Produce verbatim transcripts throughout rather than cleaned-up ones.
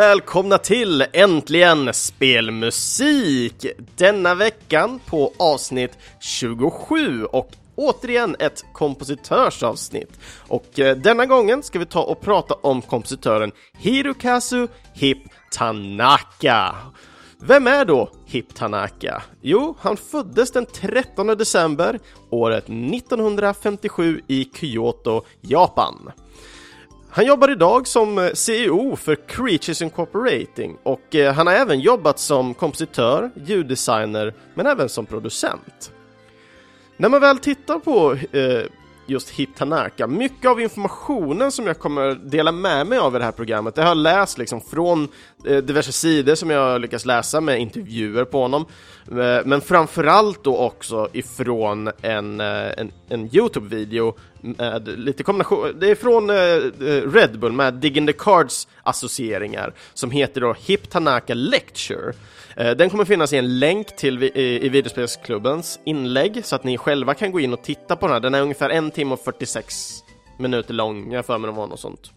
välkomna till Äntligen Spelmusik! Denna veckan på avsnitt tjugosju och återigen ett kompositörsavsnitt. Och eh, denna gången ska vi ta och prata om kompositören Hirokazu Hip Tanaka. Vem är då Hip Tanaka? Jo, han föddes den trettonde december året nittonhundrafemtiosju i Kyoto, Japan. Han jobbar idag som C E O för Creatures Incorporating och eh, han har även jobbat som kompositör, ljuddesigner men även som producent. När man väl tittar på eh, just Hip Tanaka, mycket av informationen som jag kommer dela med mig av i det här programmet, det har jag läst liksom från eh, diverse sidor som jag lyckas läsa med intervjuer på honom, eh, men framförallt då också ifrån en, eh, en, en YouTube-video med lite kombination, det är från eh, Red Bull med Digging the Cards associeringar som heter då Hip Tanaka Lecture. Den kommer finnas i en länk till i videospelsklubbens inlägg så att ni själva kan gå in och titta på den här. Den är ungefär en timme och fyrtiosex minuter lång, jag för mig det var något sånt.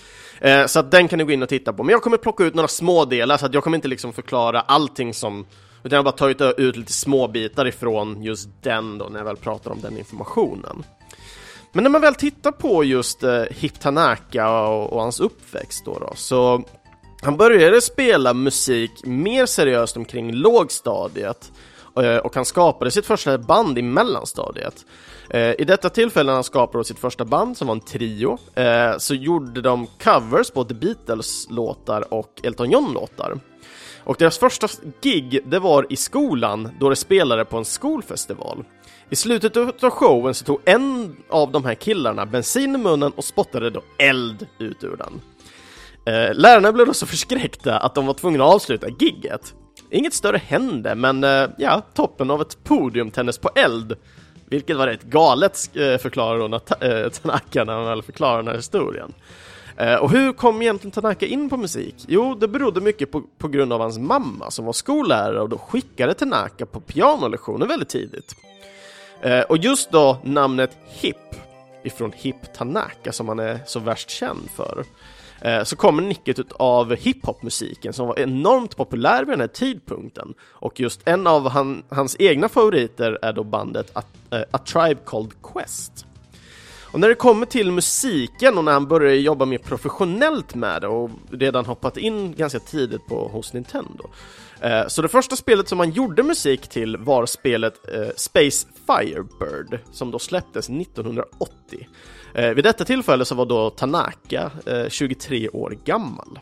Så att den kan ni gå in och titta på. Men jag kommer plocka ut några små delar så att jag kommer inte liksom förklara allting som, utan jag bara tagit ut lite små bitar ifrån just den då när jag väl pratar om den informationen. Men när man väl tittar på just Hip Tanaka och, och hans uppväxt då, då så han började spela musik mer seriöst omkring lågstadiet och han skapade sitt första band i mellanstadiet. I detta tillfälle när han skapade sitt första band som var en trio så gjorde de covers på The Beatles-låtar och Elton John-låtar. Och deras första gig det var i skolan då de spelade på en skolfestival. I slutet av showen så tog en av de här killarna bensin i munnen och spottade då eld ut ur den. Eh, lärarna blev då så förskräckta att de var tvungna att avsluta gigget. Inget större hände, men eh, ja, toppen av ett podium tändes på eld. Vilket var rätt galet, eh, förklarar då Nat- eh, Tanaka när han väl förklarar den här historien. Eh, och hur kom egentligen Tanaka in på musik? Jo, det berodde mycket på, på grund av hans mamma som var skollärare och då skickade Tanaka på pianolektioner väldigt tidigt. Eh, och just då namnet Hip, ifrån Hip Tanaka som han är så värst känd för, så kommer nicket av hiphopmusiken som var enormt populär vid den här tidpunkten. Och just en av han, hans egna favoriter är då bandet A, A Tribe Called Quest. Och när det kommer till musiken och när han började jobba mer professionellt med det och redan hoppat in ganska tidigt på hos Nintendo. Så det första spelet som han gjorde musik till var spelet Space Firebird som då släpptes nittonhundraåttio. Vid detta tillfälle så var då Tanaka tjugotre år gammal.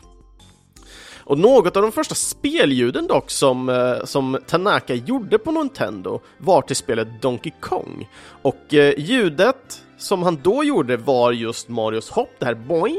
Och något av de första spelljuden dock som, som Tanaka gjorde på Nintendo var till spelet Donkey Kong. Och ljudet som han då gjorde var just Marios hopp, det här boing,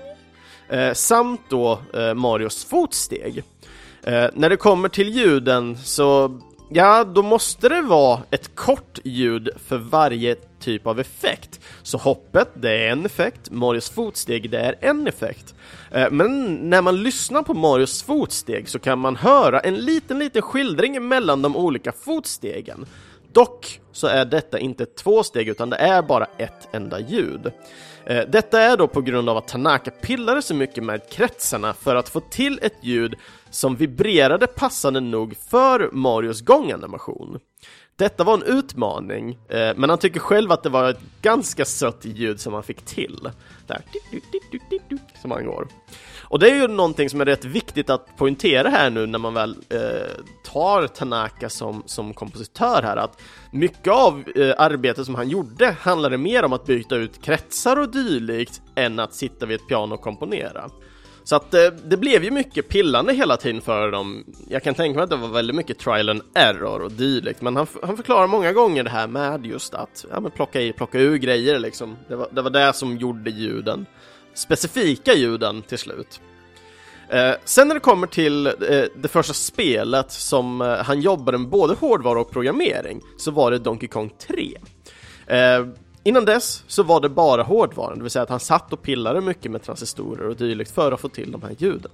samt då Marios fotsteg. När det kommer till ljuden så ja, då måste det vara ett kort ljud för varje typ av effekt. Så hoppet, det är en effekt. Marios fotsteg, det är en effekt. Men när man lyssnar på Marios fotsteg så kan man höra en liten, liten skildring mellan de olika fotstegen. Dock så är detta inte två steg utan det är bara ett enda ljud. Detta är då på grund av att Tanaka pillade så mycket med kretsarna för att få till ett ljud som vibrerade passande nog för Marios gånganimation. Detta var en utmaning, men han tycker själv att det var ett ganska sött ljud som han fick till. Där, som han går. Och det är ju någonting som är rätt viktigt att poängtera här nu när man väl eh, tar Tanaka som, som kompositör här. Att mycket av eh, arbetet som han gjorde handlade mer om att byta ut kretsar och dylikt än att sitta vid ett piano och komponera. Så att eh, det blev ju mycket pillande hela tiden för dem. Jag kan tänka mig att det var väldigt mycket trial and error och dylikt. Men han, han förklarar många gånger det här med just att ja, men plocka i, plocka ur grejer liksom. Det var, det var det som gjorde ljuden. Specifika ljuden till slut. Eh, sen när det kommer till eh, det första spelet som eh, han jobbade med både hårdvara och programmering så var det Donkey Kong tre. Eh, innan dess så var det bara hårdvaran, det vill säga att han satt och pillade mycket med transistorer och dylikt för att få till de här ljuden.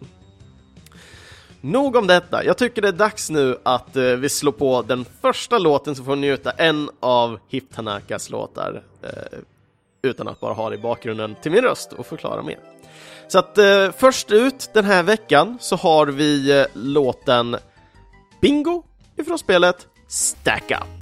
Nog om detta. Jag tycker det är dags nu att eh, vi slår på den första låten så får ni njuta en av Hip Tanakas låtar eh, utan att bara ha det i bakgrunden till min röst och förklara mer. Så att eh, först ut den här veckan så har vi eh, låten Bingo ifrån spelet Stack Up.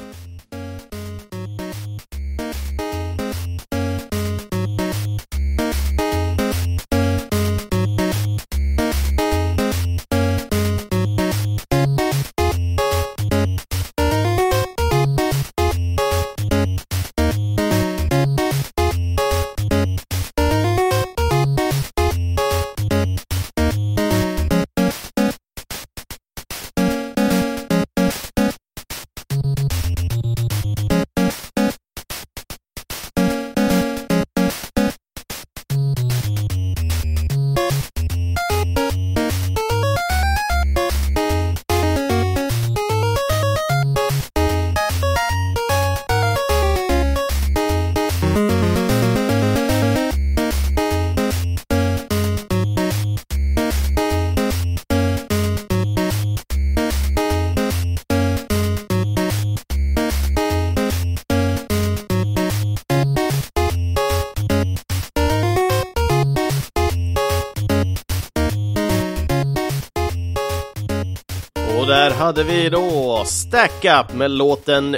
Där hade vi då Stack Up med låten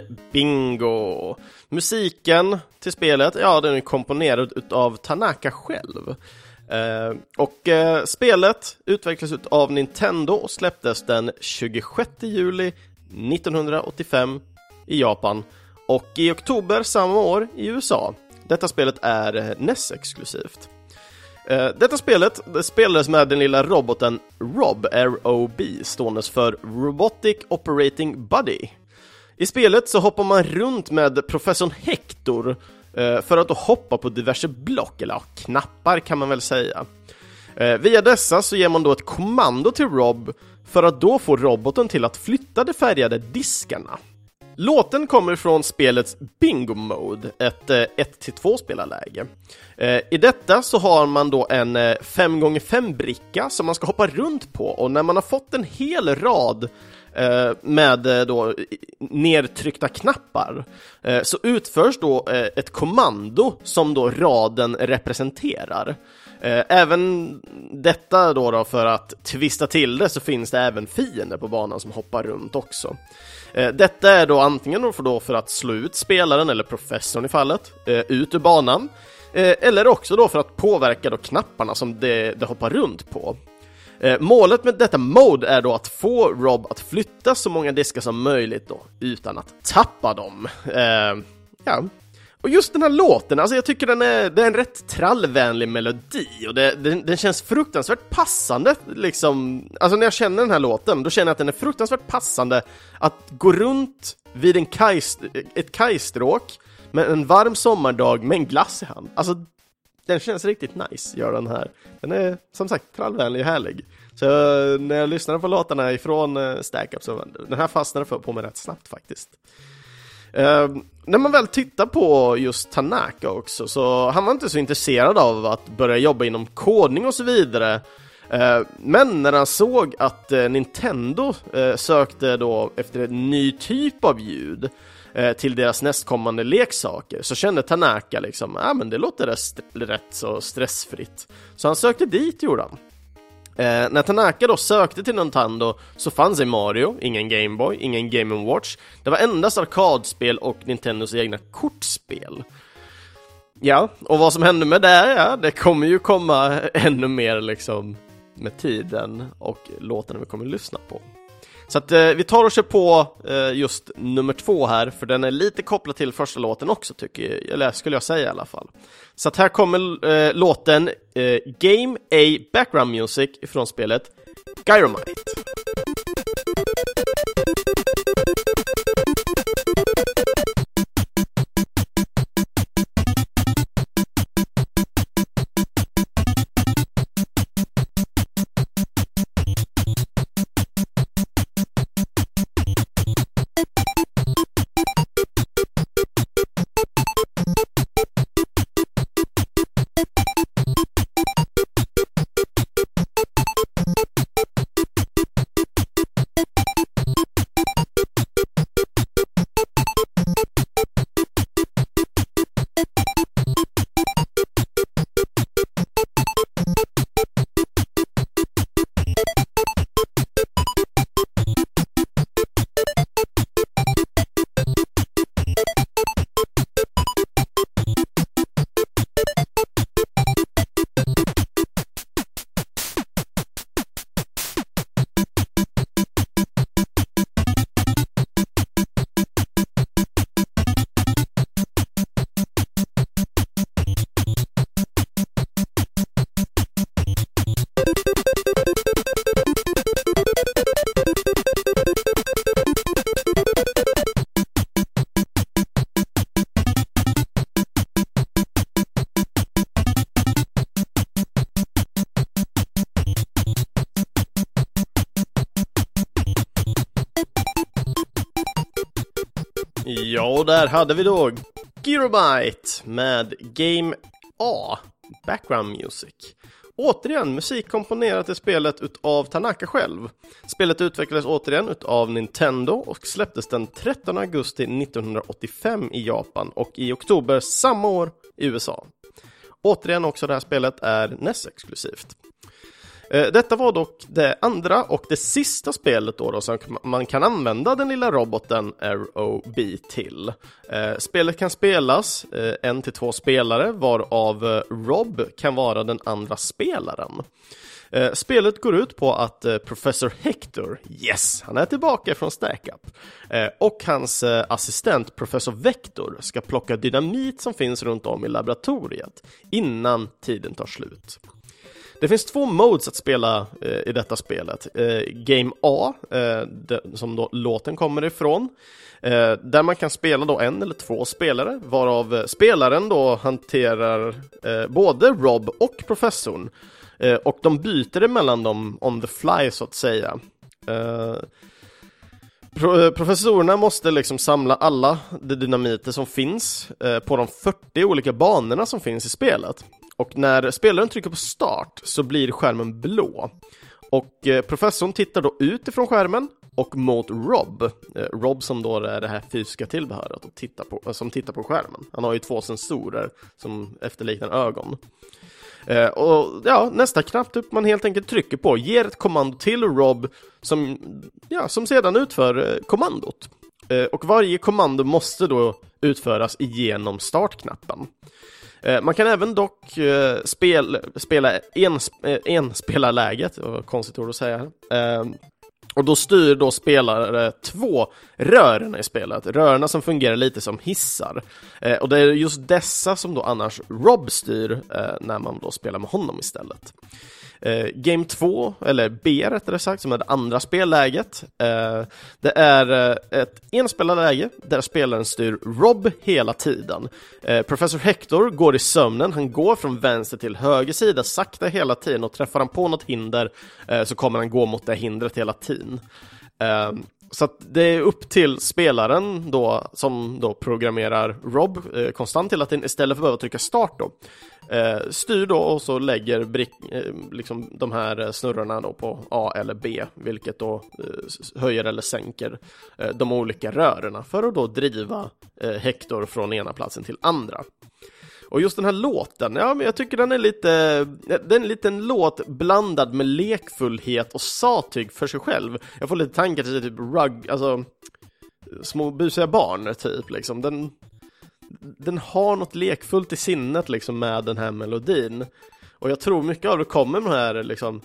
Bingo. Musiken till spelet, ja, den är komponerad av Tanaka själv. Eh, och eh, spelet utvecklades av Nintendo och släpptes den tjugosjätte juli nittonhundraåttiofem i Japan och i oktober samma år i U S A. Detta spelet är N E S-exklusivt. Uh, detta spelet det spelades med den lilla roboten Rob, R O B, ståendes för Robotic Operating Buddy. I spelet så hoppar man runt med professorn Hector uh, för att då hoppa på diverse block, eller ja, knappar kan man väl säga. Uh, via dessa så ger man då ett kommando till Rob för att då få roboten till att flytta de färgade diskarna. Låten kommer från spelets Bingo Mode, ett ett till två spelarläge. I detta så har man då en fem gånger fem bricka som man ska hoppa runt på, och när man har fått en hel rad med då nedtryckta knappar så utförs då ett kommando som då raden representerar. Även detta då, då för att twista till det så finns det även fiender på banan som hoppar runt också. Detta är då antingen för, då för att slå ut spelaren eller professorn i fallet ut ur banan, eller också då för att påverka då knapparna som det, det hoppar runt på. Målet med detta mode är då att få Rob att flytta så många diskar som möjligt då, utan att tappa dem. Ja. Och just den här låten, alltså jag tycker den är, det är en rätt trallvänlig melodi, och det, den, den känns fruktansvärt passande liksom. Alltså när jag känner den här låten, då känner jag att den är fruktansvärt passande att gå runt vid en kajst, ett kajstråk med en varm sommardag med en glass i hand. Alltså den känns riktigt nice, gör den här. Den är som sagt trallvänlig och härlig. Så när jag lyssnade på låtarna ifrån Stack Up så den här fastnade för på mig rätt snabbt faktiskt. Uh, när man väl tittar på just Tanaka också, så han var inte så intresserad av att börja jobba inom kodning och så vidare. Uh, men när han såg att uh, Nintendo uh, sökte då efter en ny typ av ljud uh, till deras nästkommande leksaker, så kände Tanaka liksom, ja ah, men det låter rätt, rätt så stressfritt. Så han sökte dit, gjorde han. Eh, när Tanaka då sökte till Nintendo så fanns det Mario, ingen Game Boy, ingen Game and Watch. Det var endast arkadspel och Nintendos egna kortspel. Ja, och vad som hände med det, ja, det kommer ju komma ännu mer liksom med tiden och låtarna vi kommer att lyssna på. Så att eh, vi tar och kör på eh, just nummer två här, för den är lite kopplad till första låten också, tycker jag, eller skulle jag säga i alla fall. Så att här kommer eh, låten eh, Game A Background Music från spelet Gyromite. Ja, och där hade vi då Gigabyte med Game A, Background Music. Återigen musik komponerat i spelet utav Tanaka själv. Spelet utvecklades återigen utav Nintendo och släpptes den trettonde augusti nittonhundraåttiofem i Japan och i oktober samma år i U S A. Återigen också det här spelet är N E S-exklusivt. Detta var dock det andra och det sista spelet då, då som man kan använda den lilla roboten R O B till. Spelet kan spelas en till två spelare, varav Rob kan vara den andra spelaren. Spelet går ut på att Professor Hector, yes, han är tillbaka från Stack Up, och hans assistent Professor Vector ska plocka dynamit som finns runt om i laboratoriet innan tiden tar slut. Det finns två modes att spela eh, i detta spelet. Eh, Game A, eh, det, som då låten kommer ifrån, eh, där man kan spela då en eller två spelare, varav eh, spelaren då hanterar eh, både Rob och professorn. Eh, och de byter emellan dem on the fly så att säga. Eh, pro- professorerna måste liksom samla alla de dynamiter som finns eh, på de fyrtio olika banorna som finns i spelet. Och när spelaren trycker på start så blir skärmen blå. Och eh, professorn tittar då utifrån skärmen och mot Rob. Eh, Rob som då är det här fysiska tillbehöret och tittar på, eh, som tittar på skärmen. Han har ju två sensorer som efterliknar ögon. Eh, och ja, nästa knapp typ man helt enkelt trycker på ger ett kommando till Rob som, ja, som sedan utför eh, kommandot. Eh, och varje kommando måste då utföras igenom startknappen. Man kan även dock uh, spel, spela en, en spelarläget, konstigt ord att säga. Uh, och då styr då spelare två rörerna i spelet. Rörerna som fungerar lite som hissar. Uh, och det är just dessa som då annars Rob styr uh, när man då spelar med honom istället. Uh, Game två, eller B rättare sagt, som är det andra spelläget. Uh, det är uh, ett enspelarläge där spelaren styr Rob hela tiden. Uh, Professor Hector går i sömnen, han går från vänster till höger sida sakta hela tiden, och träffar han på något hinder uh, så kommer han gå mot det hindret hela tiden. Uh, Så att det är upp till spelaren då, som då programmerar Rob eh, konstant hela tiden, istället för att behöva trycka start då. Eh, styr då och så lägger brick, eh, liksom de här snurrorna då på A eller B, vilket då eh, höjer eller sänker eh, de olika rörerna för att då driva eh, Hector från ena platsen till andra. Och just den här låten, ja, men jag tycker den är lite, den är en liten låt blandad med lekfullhet och satyg för sig själv. Jag får lite tankar till typ rug, alltså små busiga barn typ liksom. Den, den har något lekfullt i sinnet liksom med den här melodin. Och jag tror mycket av det kommer med den här liksom.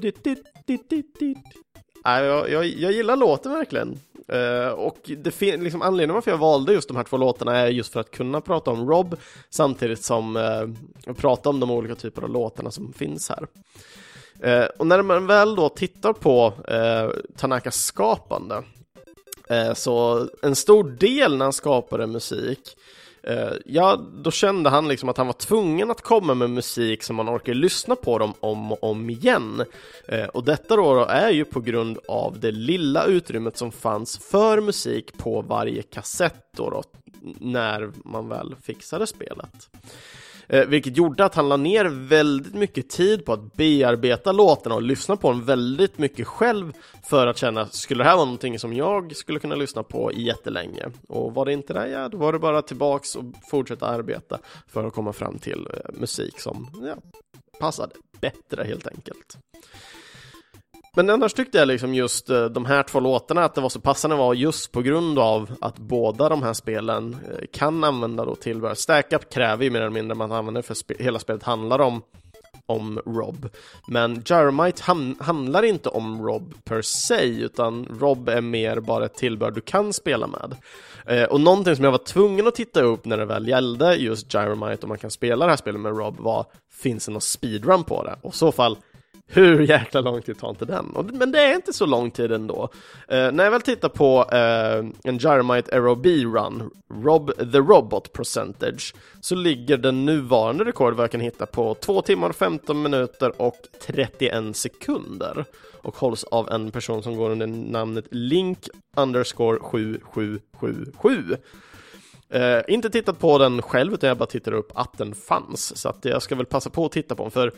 Nej, jag, jag, jag gillar låten verkligen. Uh, och det liksom, anledningen varför jag valde just de här två låtarna är just för att kunna prata om Rob samtidigt som uh, prata om de olika typer av låtarna som finns här. Uh, och när man väl då tittar på uh, Tanakas skapande, uh, så en stor del när han skapade musik, Uh, ja, då kände han liksom att han var tvungen att komma med musik som man orkar lyssna på dem om och om igen. Uh, och detta då, då är ju på grund av det lilla utrymmet som fanns för musik på varje kassett då, då när man väl fixade spelet. Eh, vilket gjorde att han la ner väldigt mycket tid på att bearbeta låtarna och lyssna på dem väldigt mycket själv för att känna, skulle det här vara någonting som jag skulle kunna lyssna på jättelänge? Och var det inte det, ja, då var det bara tillbaks och fortsätta arbeta för att komma fram till eh, musik som ja, passade bättre helt enkelt. Men annars tyckte jag liksom just de här två låtarna att det var så passande var just på grund av att båda de här spelen kan använda då tillbehör. Stack Up kräver ju mer eller mindre man använder för sp- hela spelet handlar om om Rob. Men Gyromite ham- handlar inte om Rob per se, utan Rob är mer bara ett tillbehör du kan spela med. Eh, och någonting som jag var tvungen att titta upp när det väl gällde just Gyromite och man kan spela det här spelet med Rob var, finns det någon speedrun på det? Och i så fall Hur jäkla lång tid tar inte den? Och, men det är inte så lång tid ändå. Uh, när jag väl tittar på uh, en Gyromite R O B run, Rob the Robot Percentage, så ligger den nuvarande rekord vad jag kan hitta på två timmar, femton minuter och trettioen sekunder. Och hålls av en person som går under namnet Link underscore sju sju sju sju. Uh, inte tittat på den själv, utan jag bara tittar upp att den fanns. Så att jag ska väl passa på att titta på den, för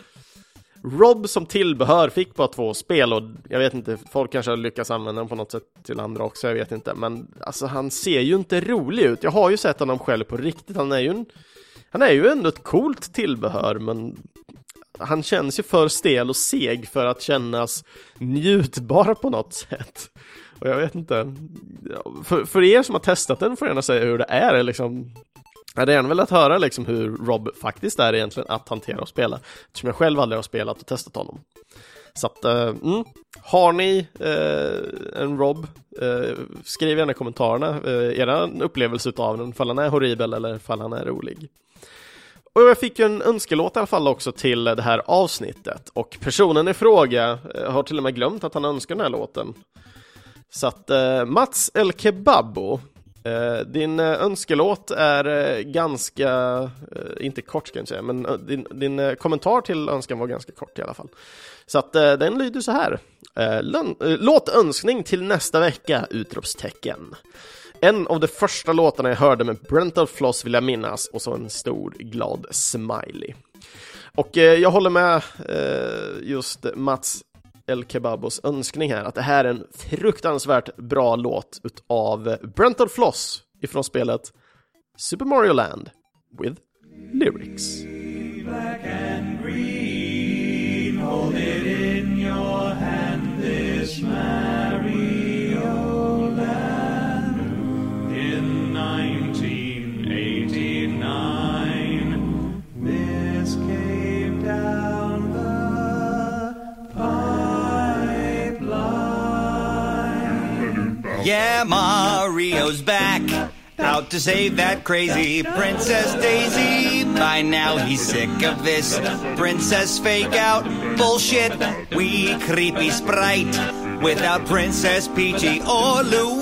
Rob som tillbehör fick bara två spel, och jag vet inte, folk kanske har lyckats använda den på något sätt till andra också, jag vet inte. Men alltså, han ser ju inte rolig ut. Jag har ju sett honom själv på riktigt. Han är ju en, han är ju ändå ett coolt tillbehör, men han känns ju för stel och seg för att kännas njutbar på något sätt. Och jag vet inte, för, för er som har testat den får jag gärna säga hur det är liksom. Jag hade gärna velat höra liksom hur Rob faktiskt är egentligen att hantera och spela, eftersom jag själv aldrig har spelat och testat honom. Så att, uh, mm, har ni uh, en Rob, uh, skriv gärna i kommentarerna uh, era upplevelse av den, ifall han är horribel eller ifall han är rolig. Och jag fick ju en önskelåt i alla fall också till det här avsnittet, och personen i fråga uh, har till och med glömt att han önskar den här låten. Så att uh, Mats El Kebabo, Uh, din uh, önskelåt är uh, ganska, uh, inte kort ska jag säga, men uh, din, din uh, kommentar till önskan var ganska kort i alla fall. Så att uh, den lyder så här. Uh, lön- uh, låtönskning till nästa vecka, utropstecken. En av de första låtarna jag hörde med Brental Floss vill jag minnas, och så en stor glad smiley. Och uh, jag håller med uh, just Mats El Kebabos önskning här, att det här är en fruktansvärt bra låt utav Brental Floss ifrån spelet Super Mario Land with lyrics. Black and green, hold it in your hand, this Mario Land. In nineteen eighty-nine, this came down the yeah, Mario's back, out to save that crazy Princess Daisy. By now he's sick of this princess fake out bullshit. We creepy sprite without Princess Peachy or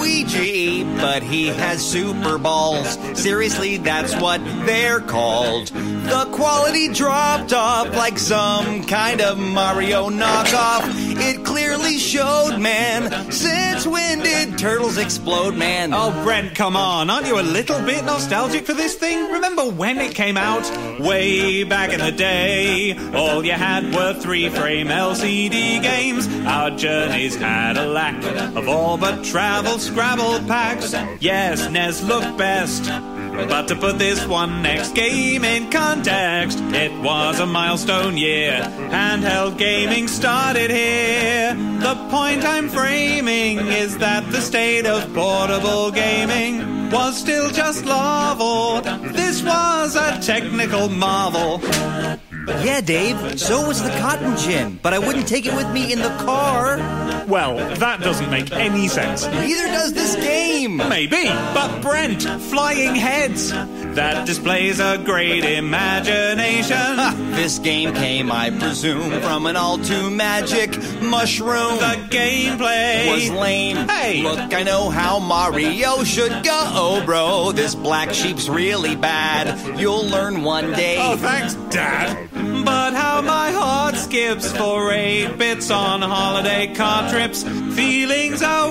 Luigi. But he has super balls, seriously that's what they're called. The quality dropped off like some kind of Mario knockoff. It clearly showed, man. Since when did turtles explode, man? Oh, Brent, come on. Aren't you a little bit nostalgic for this thing? Remember when it came out? Way back in the day. All you had were three-frame L C D games. Our journeys had a lack of all but travel Scrabble packs. Yes, N E S looked best. But to put this one next game in context, it was a milestone year. Handheld gaming started here. The point I'm framing is that the state of portable gaming was still just larval. This was a technical marvel. Yeah, Dave, so was the cotton gin, but I wouldn't take it with me in the car. Well, that doesn't make any sense. Neither does this game. Maybe, but Brent, flying heads. That displays a great imagination. Ha, this game came, I presume, from an all-too-magic mushroom. The gameplay was lame. Hey! Look, I know how Mario should go, bro. This black sheep's really bad. You'll learn one day. Oh, thanks, Dad. But how my heart skips for eight bits on holiday car trips. Feelings are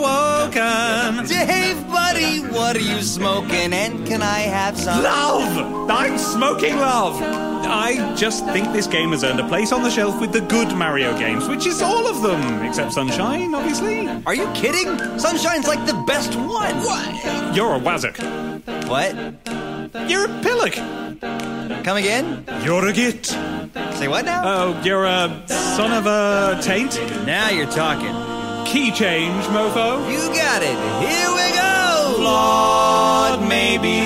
woken. Dave, buddy, what are you smoking? And can I have some? Love! I'm smoking love! I just think this game has earned a place on the shelf with the good Mario games, which is all of them, except Sunshine, obviously. Are you kidding? Sunshine's like the best one. What? You're a Wazzock. What? You're a Pillock. Come again? You're a Git. Say what now? Oh, you're a son of a taint? Now you're talking. Key change, mofo. You got it. Here we go. Flawed, maybe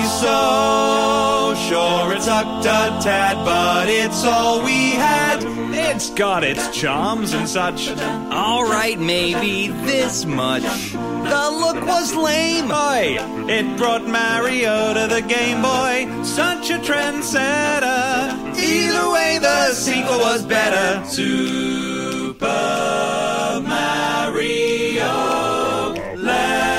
so. Sure, it sucked a tad, but it's all we had. It's got its charms and such. All right, maybe this much. The look was lame. Oi, it brought Mario to the Game Boy. Such a trendsetter. Either way, the sequel was better. Super Mario Land.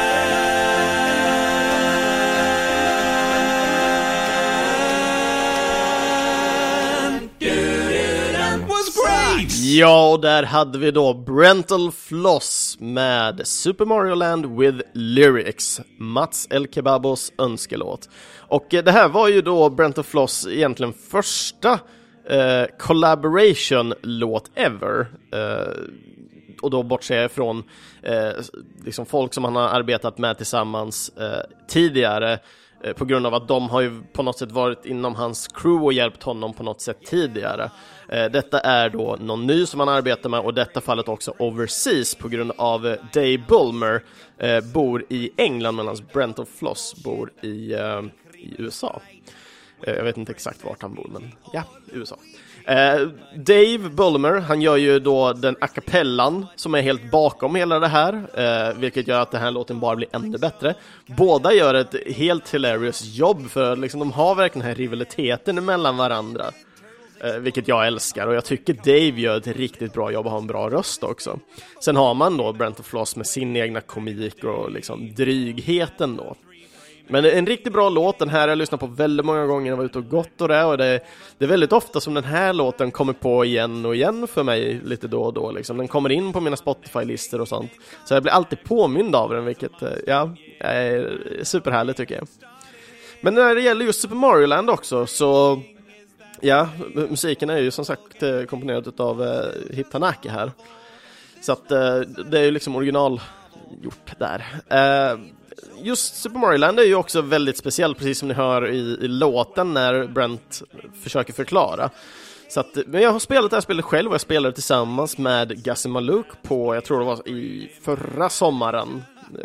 Ja, och där hade vi då Brental Floss med Super Mario Land with Lyrics, Mats El Kebabos önskelåt. Och det här var ju då Brental Floss egentligen första eh, collaboration-låt ever. Eh, och då bortser jag ifrån eh, liksom folk som han har arbetat med tillsammans eh, tidigare, eh, på grund av att de har ju på något sätt varit inom hans crew och hjälpt honom på något sätt tidigare. Eh, detta är då någon ny som han arbetar med, och detta fallet också overseas på grund av eh, Dave Bulmer eh, bor i England medan Brental Floss bor i, eh, i U S A. Eh, jag vet inte exakt vart han bor, men ja, U S A. Uh, Dave Bulmer, han gör ju då den a cappellan som är helt bakom hela det här, uh, vilket gör att den här låten bara blir ännu bättre. Båda gör ett helt hilarious jobb, för liksom, de har verkligen den här rivaliteten mellan varandra, uh, vilket jag älskar, och jag tycker Dave gör ett riktigt bra jobb och har en bra röst också. Sen har man då Brental Floss med sin egna komik och liksom drygheten då. Men en riktigt bra låt, den här har jag lyssnat på väldigt många gånger när jag var ute och gått och det, och det, det är väldigt ofta som den här låten kommer på igen och igen för mig lite då och då liksom. Den kommer in på mina Spotify-listor och sånt, så jag blir alltid påmind av den, vilket ja, är superhärligt tycker jag. Men när det gäller just Super Mario Land också, så ja, musiken är ju som sagt komponerad av uh, Hip Tanaka här, så att uh, det är ju liksom original gjort där. Uh, Just Super Mario Land är ju också väldigt speciell, precis som ni hör i, i låten när Brent försöker förklara. Så att, men jag har spelat det här spelet själv, och jag spelade tillsammans med Gassi Maluk på, jag tror det var i förra sommaren,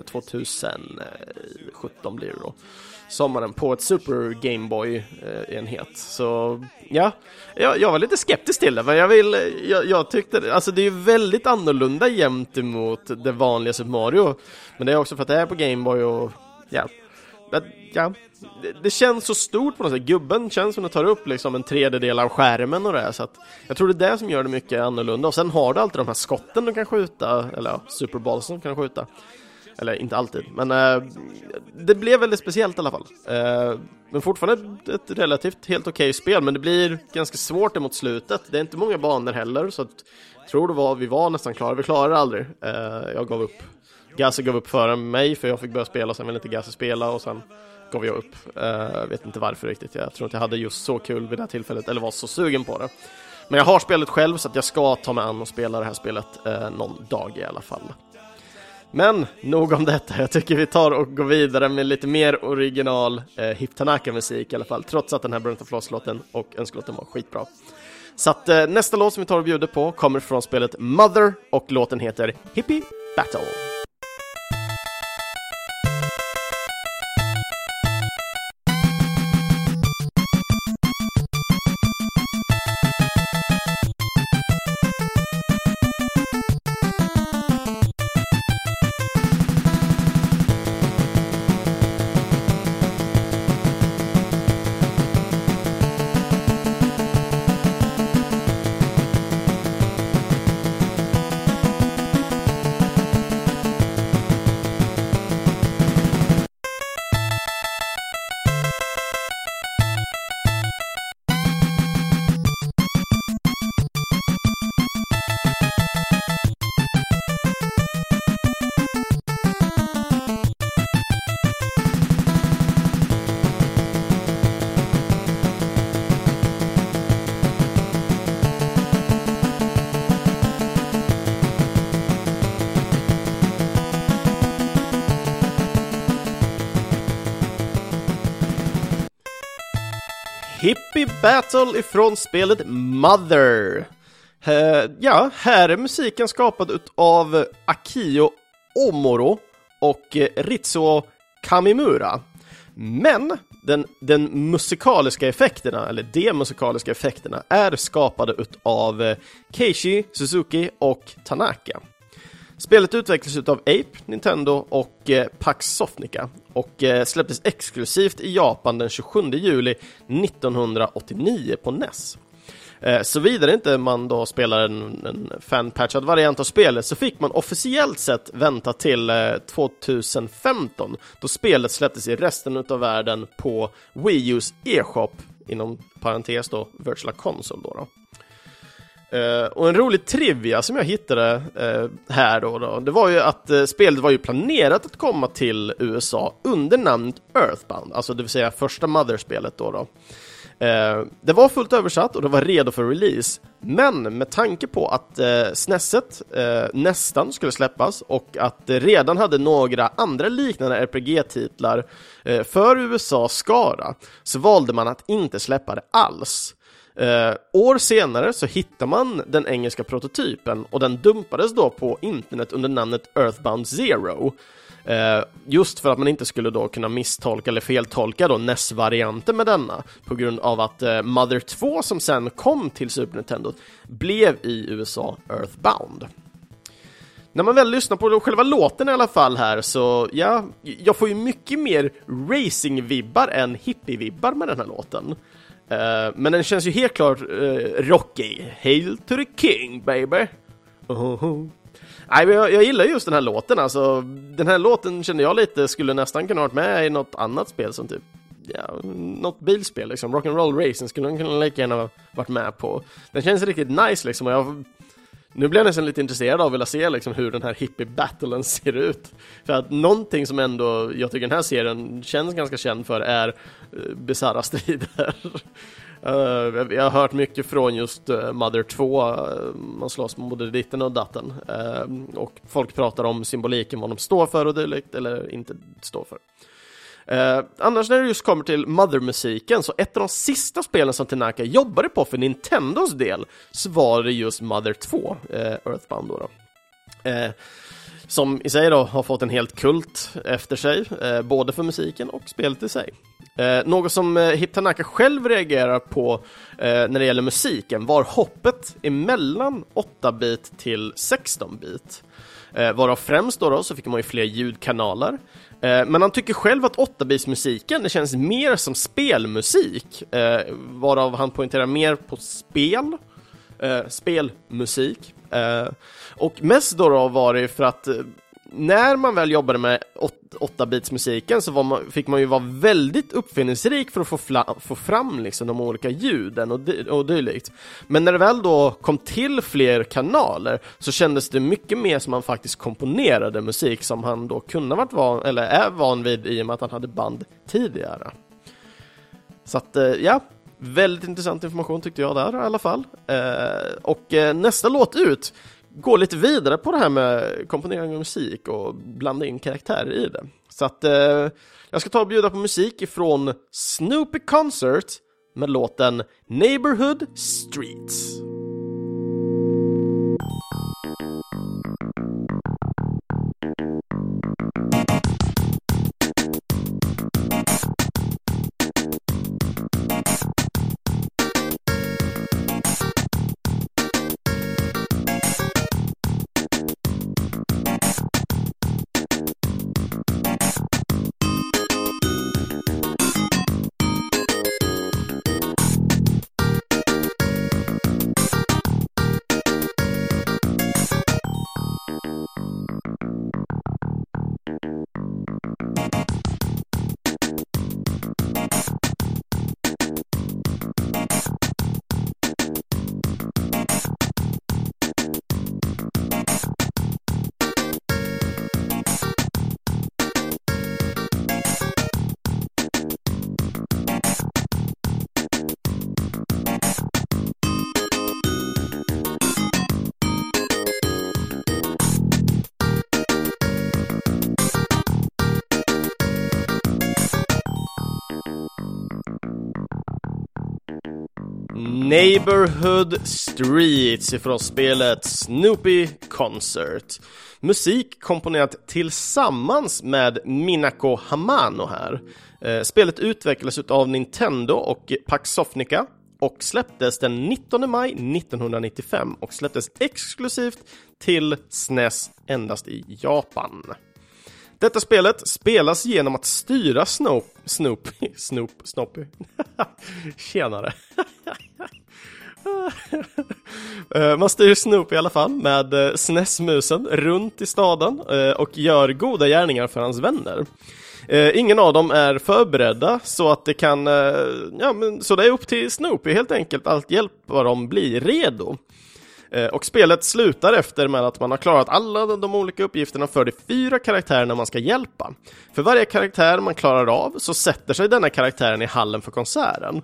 tjugosjutton blir det då, sommaren, på ett Super Game Boy eh, enhet. Så ja, jag, jag var lite skeptisk till det, men jag vill jag, jag tyckte, alltså det är ju väldigt annorlunda jämt emot det vanliga Super Mario, men det är också för att det är på Game Boy och ja, men, ja det, det känns så stort på något sätt. Gubben känns som att det tar upp liksom en tredjedel av skärmen och det här, så att jag tror det är det som gör det mycket annorlunda. Och sen har du alltid de här skotten du kan skjuta, eller ja, Superballsen kan skjuta. Eller inte alltid, men äh, det blev väldigt speciellt i alla fall. Äh, men fortfarande ett relativt helt okej spel, men det blir ganska svårt emot slutet. Det är inte många banor heller, så att, jag tror det var, vi var nästan klara. Vi klarade aldrig. Äh, jag gav upp. Gassi gav upp före mig, för jag fick börja spela, sen ville inte Gassi spela, och sen gav jag upp. Jag äh, vet inte varför riktigt. Jag tror inte jag hade just så kul vid det här tillfället, eller var så sugen på det. Men jag har spelet själv, så att jag ska ta mig an och spela det här spelet äh, någon dag i alla fall. Men nog om detta, jag tycker vi tar och går vidare med lite mer original eh, Hip Tanaka-musik i alla fall, trots att den här Brental Floss-låten och önskelåten var skitbra. Så att eh, nästa låt som vi tar och bjuder på kommer från spelet Mother, och låten heter Hippie Battle. Hippie Battle ifrån spelet Mother. Uh, ja, här är musiken skapad av Akio Omoro och Ritsuo Kamimura. Men den, den musikaliska effekterna, eller de musikaliska effekterna, är skapade av Keiichi Suzuki och Tanaka. Spelet utvecklades av Ape, Nintendo och eh, Pax Softnica och eh, släpptes exklusivt i Japan den tjugosjunde juli nittonhundraåttionio på N E S. Eh, Såvida inte man då spelar en, en fanpatchad variant av spelet så fick man officiellt sett vänta till eh, tjugohundrafemton då spelet släpptes i resten av världen på Wii U's eShop, inom parentes då Virtual Console då då. Uh, och en rolig trivia som jag hittade uh, här då, då det var ju att uh, spelet var ju planerat att komma till U S A under namnet Earthbound, alltså det vill säga första Mother-spelet då då. Uh, det var fullt översatt och det var redo för release, men med tanke på att uh, S N E S-et uh, nästan skulle släppas och att det redan hade några andra liknande R P G-titlar uh, för U S A skara, så valde man att inte släppa det alls. Uh, år senare så hittar man den engelska prototypen och den dumpades då på internet under namnet Earthbound Zero. Uh, just för att man inte skulle då kunna misstolka eller feltolka då N E S-varianten med denna, på grund av att uh, Mother två som sen kom till Super Nintendo blev i U S A Earthbound. När man väl lyssnar på själva låten i alla fall här, så ja, jag får ju mycket mer racing-vibbar än hippie-vibbar med den här låten. Uh, men den känns ju helt klart uh, rocky. Hail to the king, baby. Uh-huh. Nej, men jag, jag gillar just den här låten. Alltså, den här låten kände jag lite skulle nästan kunna varit med i något annat spel, som typ ja, något bilspel liksom. Rock'n'Roll Racing skulle den kunna lika gärna varit med på. Den känns riktigt nice liksom. Och jag, nu blir jag nästan lite intresserad av att vilja se liksom, hur den här hippie-battlen ser ut. För att någonting som ändå jag tycker den här serien känns ganska känd för är uh, bizarra strider. uh, jag har hört mycket från just uh, Mother två. Uh, man slåss med både ditten och datten. Uh, och folk pratar om symboliken, vad de står för och dylikt, eller inte står för. Uh, annars när det just kommer till Mother-musiken, så ett av de sista spelen som Tanaka jobbade på för Nintendos del, så var det just Mother två, uh, Earthbound då, då. Uh, som i sig då har fått en helt kult efter sig, uh, både för musiken och spelet i sig. Uh, något som uh, Hip Tanaka själv reagerar på uh, när det gäller musiken var hoppet emellan åtta-bit till sexton-bit. Uh, varav främst då, då så fick man ju fler ljudkanaler. Uh, men han tycker själv att åtta-bits-musiken det känns mer som spelmusik. Uh, varav han poängterar mer på spel. Uh, spelmusik. Uh, och mest då, då var det för att uh, när man väl jobbade med åtta-bits-musiken så var man, fick man ju vara väldigt uppfinningsrik för att få, fla, få fram liksom de olika ljuden och, dy, och dylikt. Men när det väl då kom till fler kanaler så kändes det mycket mer som man faktiskt komponerade musik som han då kunde varit van, eller är van vid i och med att han hade band tidigare. Så att, ja, väldigt intressant information tyckte jag där i alla fall. Eh, och eh, nästa låt ut gå lite vidare på det här med komponering av musik och blanda in karaktärer i det. Så att eh, jag ska ta och bjuda på musik ifrån Snoopy Concert med låten Neighborhood Streets. Neighborhood Streets ifrån spelet Snoopy Concert. Musik komponerat tillsammans med Minako Hamano här. Eh, spelet utvecklades av Nintendo och Pax Softnica och släpptes den nittonde maj nittonhundranittiofem och släpptes exklusivt till S N E S endast i Japan. Detta spelet spelas genom att styra Snoop, Snoop, Snoop, Snoopy. Tjenare. Man styr Snoop i alla fall med S N E S-musen runt i staden och gör goda gärningar för hans vänner. Ingen av dem är förberedda så att det kan, ja, men så det är upp till Snoopy helt enkelt att hjälpa dem bli redo. Och spelet slutar efter med att man har klarat alla de olika uppgifterna för de fyra karaktärerna man ska hjälpa. För varje karaktär man klarar av så sätter sig denna karaktären i hallen för konserten.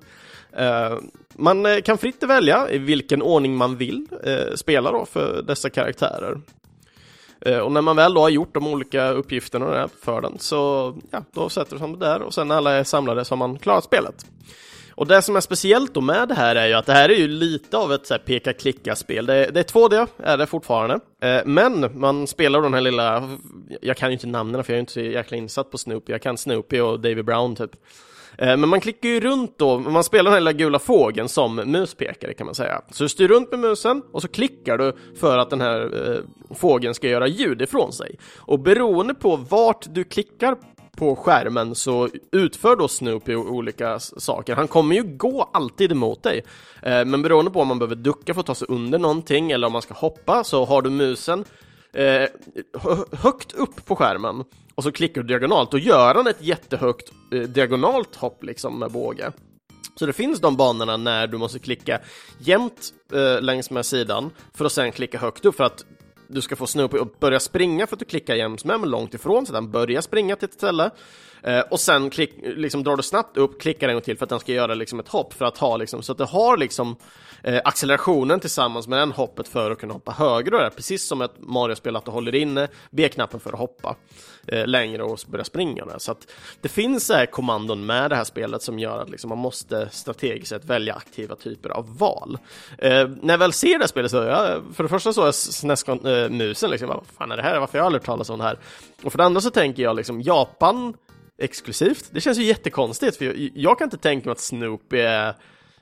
Man kan fritt välja i vilken ordning man vill spela då för dessa karaktärer. Och när man väl då har gjort de olika uppgifterna för den så ja, då sätter man sig där och sen när alla är samlade så har man klarat spelet. Och det som är speciellt då med det här är ju att det här är ju lite av ett så här peka-klicka-spel. Det, det är två D, är det fortfarande. Eh, men man spelar den här lilla... Jag kan ju inte namnen för jag är inte så jäkla insatt på Snoopy. Jag kan Snoopy och Davy Brown typ. Eh, men man klickar ju runt då. Man spelar den här lilla gula fågeln som muspekare kan man säga. Så du styr runt med musen och så klickar du för att den här eh, fågeln ska göra ljud ifrån sig. Och beroende på vart du klickar på skärmen så utför då Snoopy olika saker. Han kommer ju gå alltid emot dig. Eh, men beroende på om man behöver ducka för att ta sig under någonting eller om man ska hoppa så har du musen eh, högt upp på skärmen och så klickar du diagonalt och gör han ett jättehögt eh, diagonalt hopp liksom med båge. Så det finns de banorna när du måste klicka jämnt eh, längs med sidan för att sen klicka högt upp för att du ska få Snoopy att börja springa för att du klickar jäms med men långt ifrån så den börjar springa till ett ställe eh, och sen klick, liksom, drar du snabbt upp, klickar en gång till för att den ska göra liksom, ett hopp för att ha liksom, så att du har liksom, eh, accelerationen tillsammans med den hoppet för att kunna hoppa högre och det är precis som ett Mario-spel att du håller inne B-knappen för att hoppa eh, längre och börja springa där. Så att det finns eh, kommandon med det här spelet som gör att liksom, man måste strategiskt sett välja aktiva typer av val. Eh, när jag väl ser det här spelet så jag, för det första så är S N E S-musen liksom, vad fan är det här? Varför har jag aldrig talat om det här? Och för det andra så tänker jag liksom, Japan exklusivt. Det känns ju jättekonstigt för jag, jag kan inte tänka mig att Snoopy är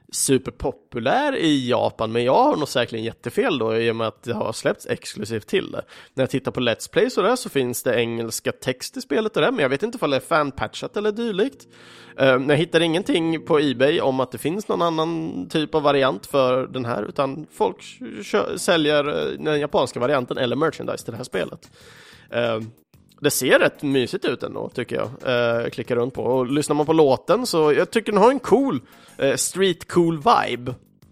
superpopulär i Japan, men jag har nog säkerligen jättefel då i och med att det har släppts exklusivt till det. När jag tittar på Let's Play så, där, så finns det engelska text i spelet och det, men jag vet inte om det är fanpatchat eller dylikt. Uh, jag hittar ingenting på eBay om att det finns någon annan typ av variant för den här, utan folk kö- säljer den japanska varianten eller merchandise till det här spelet. Uh, Det ser rätt mysigt ut ändå, tycker jag. Eh, klickar runt på. Och lyssnar man på låten så jag tycker den har en cool eh, street cool vibe.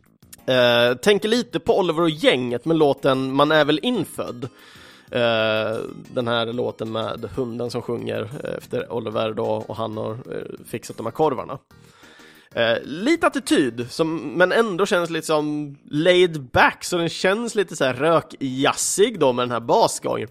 Eh, tänker lite på Oliver och gänget med låten Man är väl infödd. Eh, den här låten med hunden som sjunger efter Oliver då och han har eh, fixat de här korvarna. Eh, lite attityd som, men ändå känns lite som laid back, så den känns lite så här rökjassig då med den här basgången.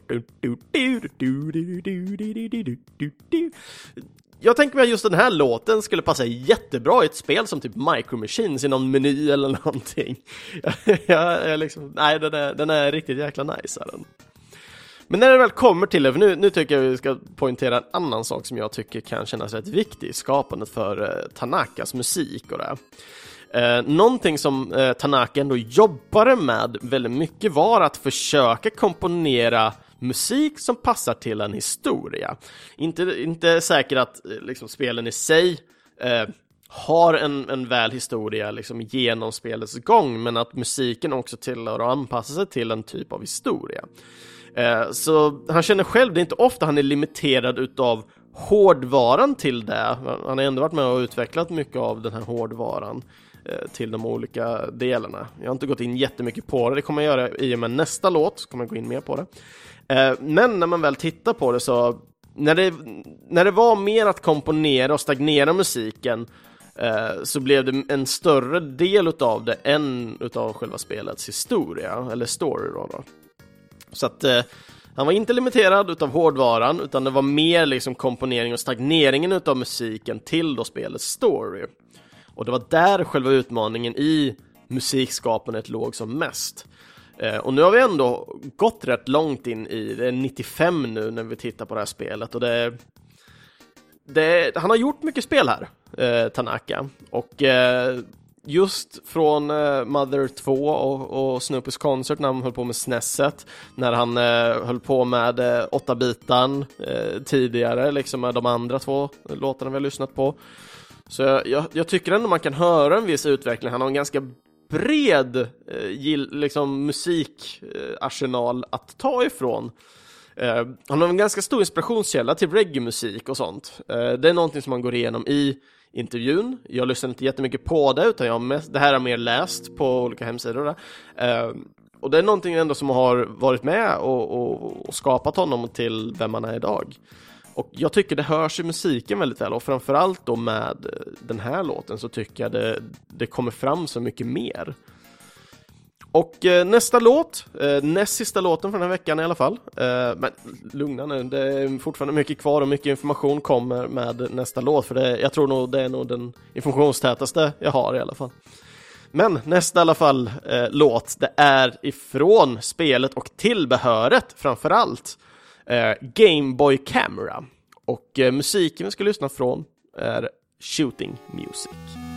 Jag tänker mig att just den här låten skulle passa jättebra i ett spel som typ Micro Machines i någon meny eller någonting. jag, jag liksom, nej, den är, den är riktigt jäkla nice är den. Men när det väl kommer till det, för nu, nu tycker jag vi ska poängtera en annan sak som jag tycker kan kännas rätt viktig i skapandet för eh, Tanakas musik och det. Eh, någonting som eh, Tanaka ändå jobbade med väldigt mycket var att försöka komponera musik som passar till en historia. Inte, inte säkert att eh, liksom, spelen i sig eh, har en, en väl historia liksom, genom spelets gång, men att musiken också tillhör och anpassar sig till en typ av historia. Så han känner själv, det är inte ofta han är limiterad utav hårdvaran till det. Han har ändå varit med och utvecklat mycket av den här hårdvaran till de olika delarna. Jag har inte gått in jättemycket på det. Det kommer jag göra i och med nästa låt, så kommer jag gå in mer på det. Men när man väl tittar på det så när det, när det var mer att komponera och stagnera musiken så blev det en större del utav det än utav själva spelets historia eller story då då. Så att eh, han var inte limiterad utav hårdvaran, utan det var mer liksom komponering och stagneringen utav musiken till då spelets story. Och det var där själva utmaningen i musikskapandet låg som mest. Eh, och nu har vi ändå gått rätt långt in i, det är nittiofem nu när vi tittar på det här spelet. Och det, det han har gjort mycket spel här, eh, Tanaka. Och... Eh, just från uh, Mother två och, och Snoopys Concert när han höll på med snesset, när han uh, höll på med uh, åtta bitan uh, tidigare, liksom med de andra två låtarna vi har lyssnat på. Så jag, jag, jag tycker ändå man kan höra en viss utveckling. Han har en ganska bred uh, gill, liksom musikarsenal uh, att ta ifrån. Uh, han har en ganska stor inspirationskälla till reggae-musik och sånt. Uh, det är någonting som man går igenom i intervjun. Jag lyssnar inte jättemycket på det, utan jag mest, det här har mer läst på olika hemsidor. Uh, och det är någonting ändå som har varit med och, och, och skapat honom till vem man är idag. Och jag tycker det hörs i musiken väldigt väl. Och framförallt då med den här låten så tycker jag det, det kommer fram så mycket mer. Och eh, nästa låt, eh, näst sista låten för den här veckan i alla fall. Eh, men lugna nu, det är fortfarande mycket kvar och mycket information kommer med nästa låt. För det, jag tror nog det är nog den informationstätaste jag har i alla fall. Men nästa i alla fall eh, låt, det är ifrån spelet och tillbehöret framförallt. Eh, Game Boy Camera. Och eh, musiken vi ska lyssna från är Shooting Music.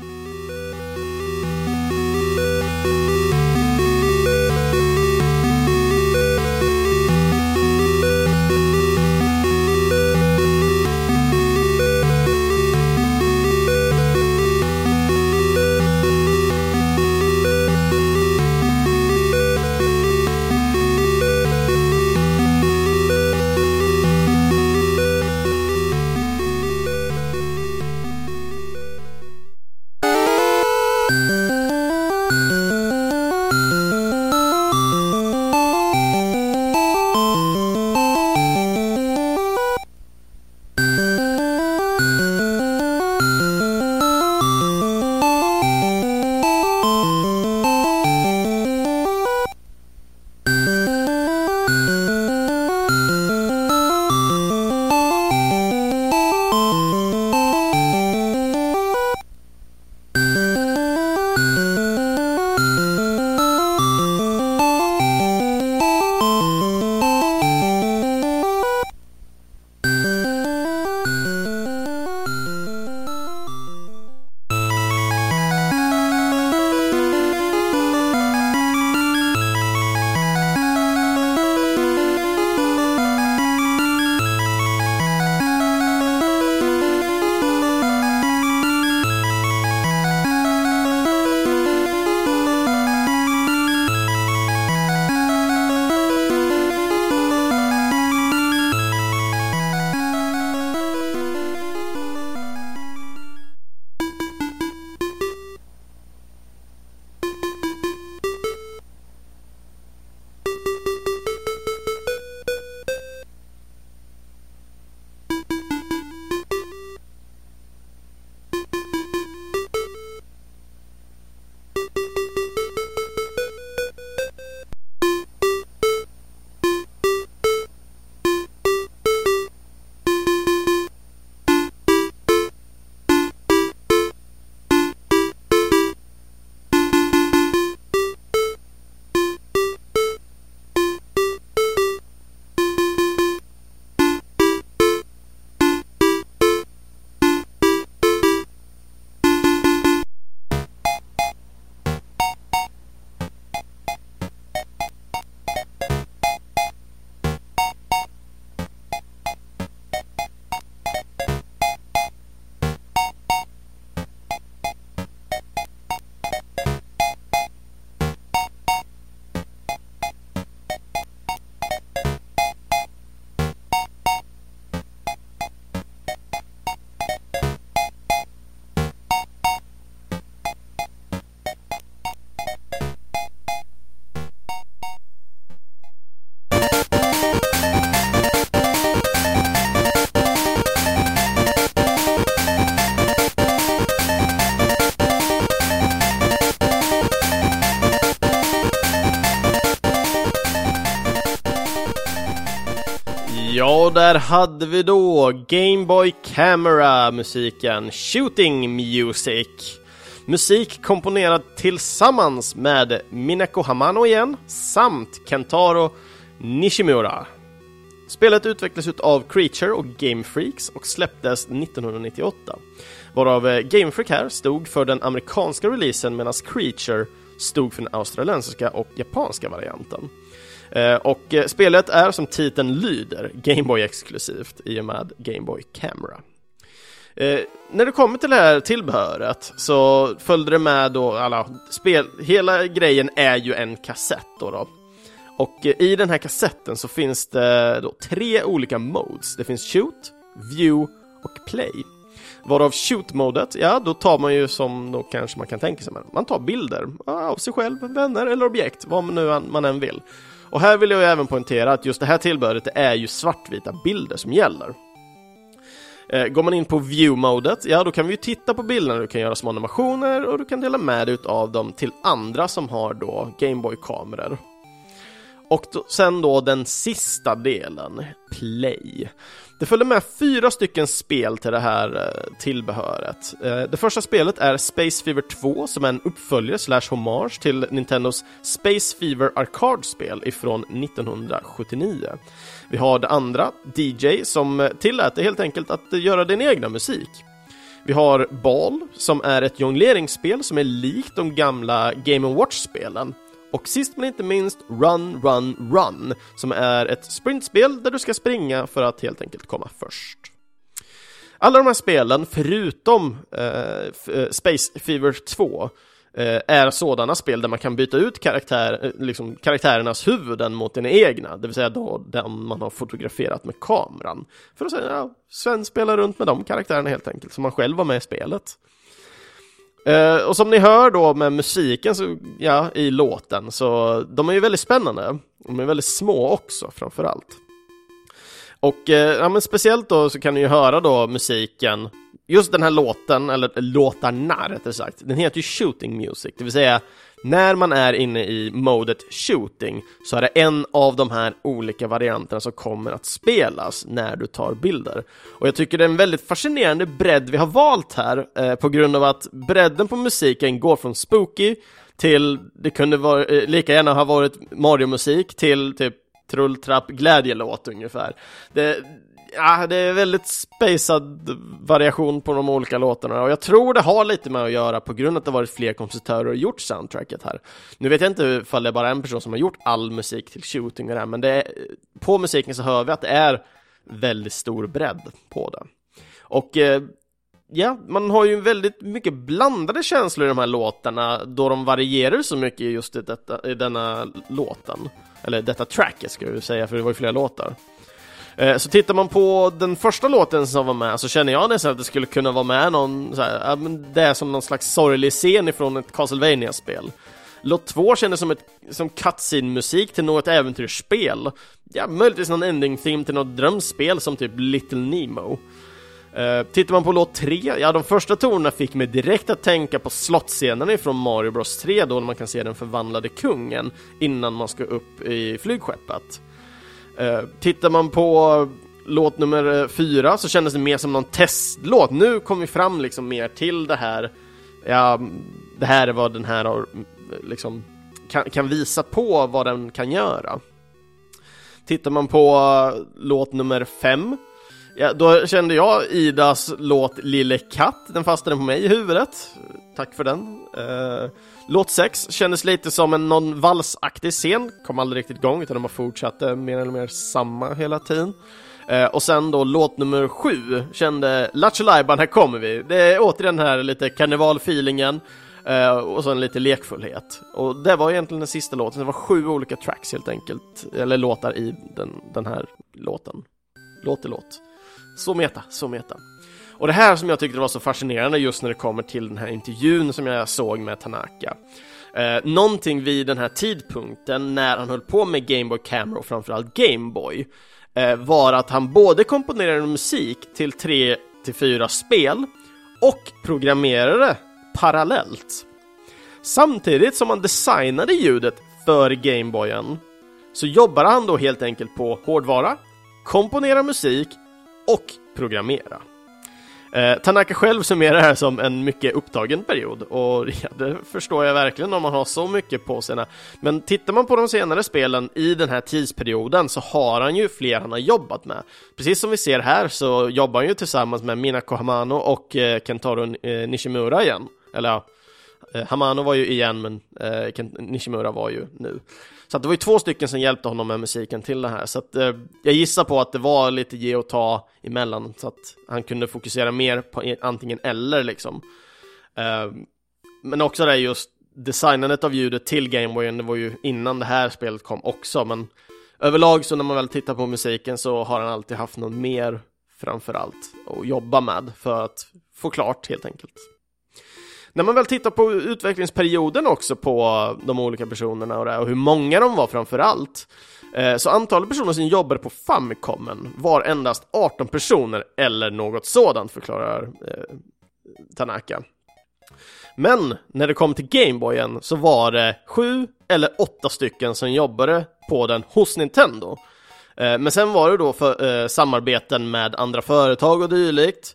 Ja, där hade vi då Game Boy Camera, musiken Shooting Music. Musik komponerad tillsammans med Minako Hamano igen samt Kentaro Nishimura. Spelet utvecklades av Creature och Game Freaks och släpptes nittonhundranittioåtta. Varav Game Freak här stod för den amerikanska releasen medan Creature stod för den australiensiska och japanska varianten. Och spelet är som titeln lyder Game Boy exklusivt i och med Game Boy Camera. Eh, när det kommer till det här tillbehöret så följde det med då alla spel, hela grejen är ju en kassett då, då. Och eh, i den här kassetten så finns det då tre olika modes. Det finns shoot, view och play. Varav shoot-modet, ja då tar man ju som då kanske man kan tänka sig, man tar bilder av sig själv, vänner eller objekt, vad man nu man än vill. Och här vill jag ju även poängtera att just det här tillbehöret är ju svartvita bilder som gäller. Går man in på view-modet, ja då kan vi ju titta på bilderna, du kan göra små animationer och du kan dela med dig av dem till andra som har då Gameboy-kameror. Och då, sen då den sista delen, play. Det följer med fyra stycken spel till det här eh, tillbehöret. Eh, det första spelet är Space Fever två som är en uppföljare slash hommage till Nintendos Space Fever Arcade-spel ifrån nittonhundrasjuttionio. Vi har det andra, D J, som tillät det helt enkelt att göra din egna musik. Vi har Ball, som är ett jongleringsspel som är likt de gamla Game and Watch-spelen. Och sist men inte minst Run, Run, Run, som är ett sprintspel där du ska springa för att helt enkelt komma först. Alla de här spelen, förutom eh, Space Fever två, eh, är sådana spel där man kan byta ut karaktär, liksom karaktärernas huvuden mot dina egna, det vill säga då den man har fotograferat med kameran. För att säga, ja, Sven spelar runt med de karaktärerna helt enkelt, som man själv var med i spelet. Uh, och som ni hör då med musiken så, ja, i låten, så de är ju väldigt spännande. De är väldigt små också framförallt. Och uh, ja, men speciellt då så kan ni ju höra då musiken. Just den här låten, eller låtarna rättare sagt, den heter ju Shooting Music. Det vill säga, när man är inne i modet Shooting så är det en av de här olika varianterna som kommer att spelas när du tar bilder. Och jag tycker det är en väldigt fascinerande bredd vi har valt här, eh, på grund av att bredden på musiken går från spooky till, det kunde vara, eh, lika gärna ha varit Mario-musik till typ trulltrapp glädjelåt ungefär. Det Ja, det är väldigt spacad variation på de olika låtarna. Och jag tror det har lite med att göra på grund av att det varit fler kompositörer och gjort soundtracket här. Nu vet jag inte ifall det är bara en person som har gjort all musik till Shooting och det här, men det är, på musiken så hör vi att det är väldigt stor bredd på det. Och eh, ja, man har ju väldigt mycket blandade känslor i de här låtarna, då de varierar så mycket just i, detta, i denna låten. Eller detta tracket ska jag säga, för det var ju flera låtar. Så tittar man på den första låten som var med, så känner jag nästan att det skulle kunna vara med någon så här, ja, men det är som någon slags sorglig scen ifrån ett Castlevania-spel. Låt två kändes som ett som cutscene-musik till något äventyrsspel. Ja, möjligtvis någon ending theme till något drömspel som typ Little Nemo. Uh, tittar man på låt tre, ja, de första tonerna fick mig direkt att tänka på slottscenen ifrån Mario Bros tre, då man kan se den förvandlade kungen innan man ska upp i flygskeppet. Uh, tittar man på låt nummer fyra så kändes det mer som någon testlåt. Nu kommer vi fram liksom mer till det här. Ja, det här är vad den här har, liksom, kan, kan visa på vad den kan göra. Tittar man på låt nummer fem, ja, då kände jag Idas låt Lille Katt. Den fastnade på mig i huvudet. Tack för den. Uh, låt sex kändes lite som en någon valsaktig scen. Kom aldrig riktigt igång, utan de har fortsatt mer eller mer samma hela tiden. Uh, och sen då låt nummer sju kände Lattjo Lajban, här kommer vi. Det är återigen här lite karnevalfeelingen. Uh, och så en lite lekfullhet. Och det var egentligen den sista låten. Det var sju olika tracks helt enkelt. Eller låtar i den, den här låten. Låt i låt. Så meta, så meta. Och det här som jag tyckte var så fascinerande just när det kommer till den här intervjun som jag såg med Tanaka. Eh, någonting vid den här tidpunkten när han höll på med Game Boy Camera och framförallt Game Boy eh, var att han både komponerade musik till tre till fyra spel och programmerade parallellt. Samtidigt som han designade ljudet för Game Boyen så jobbade han då helt enkelt på hårdvara, komponera musik och programmera. Eh, Tanaka själv summerar det här som en mycket upptagen period, och ja, det förstår jag verkligen om man har så mycket på sina. Men tittar man på de senare spelen i den här tidsperioden så har han ju fler han har jobbat med. Precis som vi ser här så jobbar han ju tillsammans med Minako Hamano och eh, Kentaro eh, Nishimura igen. Eller ja, eh, Hamano var ju igen, men eh, Kent- Nishimura var ju nu. Så att det var ju två stycken som hjälpte honom med musiken till det här. Så att, eh, jag gissar på att det var lite ge och ta emellan, så att han kunde fokusera mer på antingen eller liksom. Eh, men också det just designandet av ljudet till Game Boyen, det var ju innan det här spelet kom också. Men överlag så när man väl tittar på musiken så har han alltid haft något mer framförallt att jobba med för att få klart helt enkelt. När man väl tittar på utvecklingsperioden också på de olika personerna och, det, och hur många de var framförallt, eh, så antalet personer som jobbade på Famicomen var endast arton personer eller något sådant, förklarar eh, Tanaka. Men när det kom till Gameboyen så var det sju eller åtta stycken som jobbade på den hos Nintendo. Eh, men sen var det då för, eh, samarbeten med andra företag och dylikt.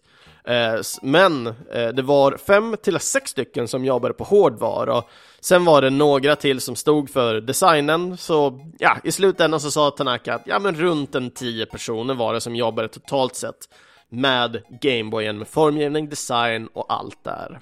Men det var fem till sex stycken som jobbade på hårdvara, och sen var det några till som stod för designen. Så ja, i slutändan så sa Tanaka att ja, men runt en tio personer var det som jobbade totalt sett med Gameboyen, med formgivning, design och allt där.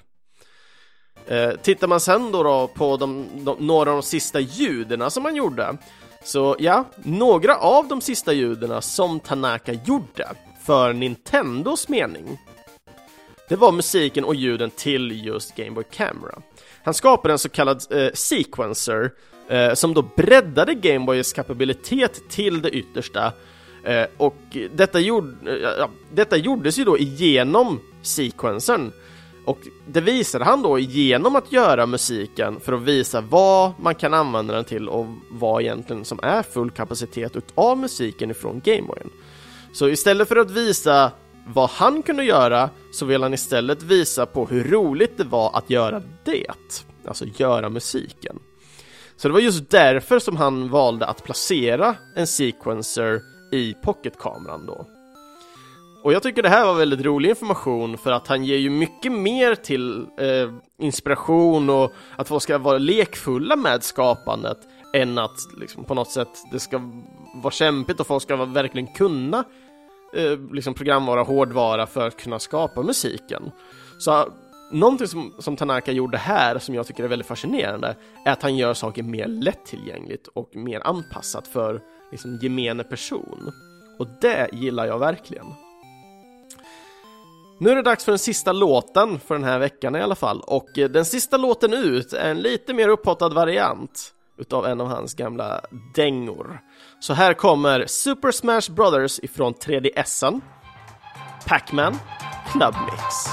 eh, Tittar man sen då, då på de, de, några av de sista ljudena som man gjorde, så ja, några av de sista ljudena som Tanaka gjorde för Nintendos mening, det var musiken och ljuden till just Game Boy Camera. Han skapade en så kallad eh, sequencer eh, som då breddade Game Boys kapabilitet till det yttersta. Eh, och detta, gjorde, eh, ja, detta gjordes ju då igenom sequencern. Och det visade han då genom att göra musiken för att visa vad man kan använda den till och vad egentligen som är full kapacitet utav musiken ifrån Game Boyen. Så istället för att visa vad han kunde göra så vill han istället visa på hur roligt det var att göra det. Alltså göra musiken. Så det var just därför som han valde att placera en sequencer i pocketkameran då. Och jag tycker det här var väldigt rolig information, för att han ger ju mycket mer till eh, inspiration och att folk ska vara lekfulla med skapandet än att liksom, på något sätt det ska vara kämpigt och folk ska verkligen kunna eh, liksom programvara, hårdvara för att kunna skapa musiken. Så någonting som, som Tanaka gjorde här som jag tycker är väldigt fascinerande är att han gör saker mer lättillgängligt och mer anpassat för liksom, gemene person. Och det gillar jag verkligen. Nu är det dags för den sista låten för den här veckan i alla fall. Och den sista låten ut är en lite mer upphottad variant utav en av hans gamla dängor. Så här kommer Super Smash Brothers ifrån tre D S-en, Pac-Man Club Mix.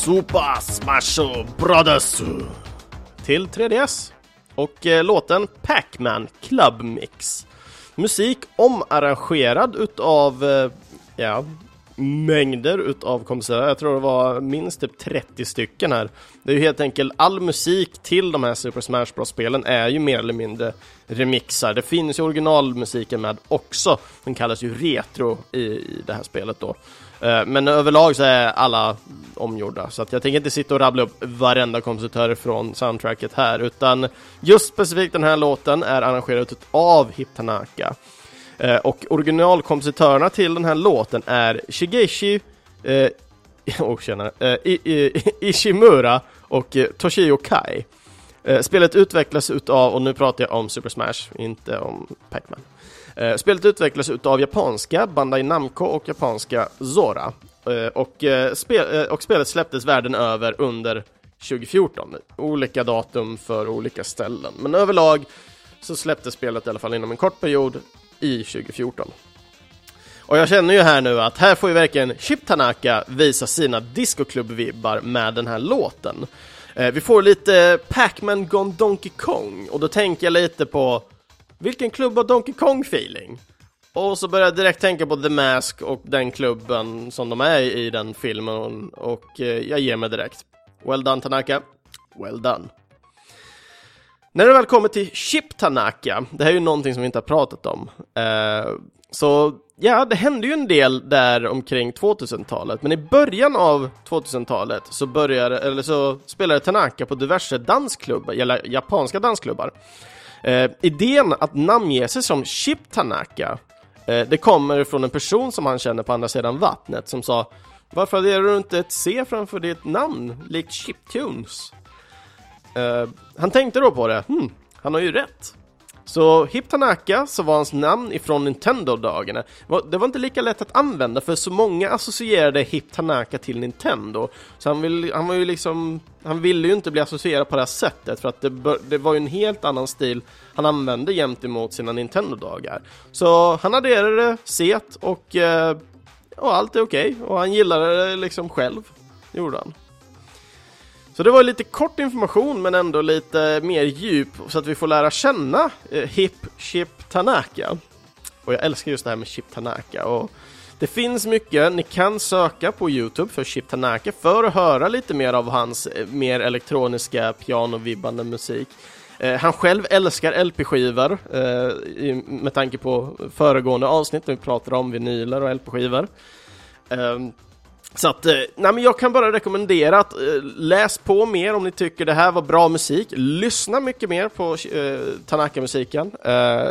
Super Smash Brothers till tre D S och eh, låten Pac-Man Club Mix. Musik omarrangerad utav eh, ja, mängder utav kompositörer. Jag tror det var minst typ trettio stycken här. Det är ju helt enkelt all musik till de här Super Smash Bros-spelen är ju mer eller mindre remixar. Det finns ju originalmusiken med också. Den kallas ju retro i, i det här spelet då. Men överlag så är alla omgjorda. Så att jag tänker inte sitta och rabbla upp varenda kompositör från soundtracket här. Utan just specifikt den här låten är arrangerad av Hip Tanaka. Och originalkompositörerna till den här låten är Shigeshi eh, oh, tjena, eh, I, I, Ishimura och eh, Toshio Kai. Eh, spelet utvecklas utav, och nu pratar jag om Super Smash, inte om Pac-Man. Eh, spelet utvecklas utav japanska Bandai Namco och japanska Zora. Eh, och, eh, spel, eh, och spelet släpptes världen över under tjugo fjorton. Olika datum för olika ställen. Men överlag så släpptes spelet i alla fall inom en kort period i tjugo fjorton. Och jag känner ju här nu att här får ju verkligen Chip Tanaka visa sina discoklubb-vibbar med den här låten. Eh, vi får lite Pac-Man Gone Donkey Kong. Och då tänker jag lite på vilken klubb har Donkey Kong-feeling? Och så börjar jag direkt tänka på The Mask och den klubben som de är i den filmen. Och eh, jag ger mig direkt. Well done, Tanaka. Well done. När det väl kommer till Chip Tanaka, det här är ju någonting som vi inte har pratat om. Eh, så ja, det hände ju en del där omkring tvåtusentalet. Men i början av tvåtusentalet så började, eller så spelade Tanaka på diverse dansklubbar, eller japanska dansklubbar. Eh, idén att namnge sig som Chip Tanaka, eh, det kommer från en person som han känner på andra sidan vattnet som sa: varför hade du inte ett C framför ditt namn, likt Chiptunes? Uh, han tänkte då på det, hmm, han har ju rätt. Så Hip Tanaka, så var hans namn ifrån Nintendo-dagarna. Det var inte lika lätt att använda, för så många associerade Hip Tanaka till Nintendo. Så han, vill, han var ju liksom, han ville ju inte bli associerad på det här sättet, för att det, bör, det var ju en helt annan stil han använde jämt emot sina Nintendo-dagar. Så han adderade det set och, uh, och allt är okej. Okay. Och han gillade det liksom själv, gjorde han. Så det var lite kort information, men ändå lite mer djup, så att vi får lära känna eh, Hip Chip Tanaka. Och jag älskar just det här med Chip Tanaka. Och det finns mycket, ni kan söka på YouTube för Chip Tanaka för att höra lite mer av hans eh, mer elektroniska pianovibbande musik. Eh, han själv älskar L P-skivor eh, i, med tanke på föregående avsnitt när vi pratade om vinyler och L P-skivor. Eh, Så att, nej men jag kan bara rekommendera att eh, läs på mer om ni tycker det här var bra musik. Lyssna mycket mer på eh, Tanaka-musiken. Eh,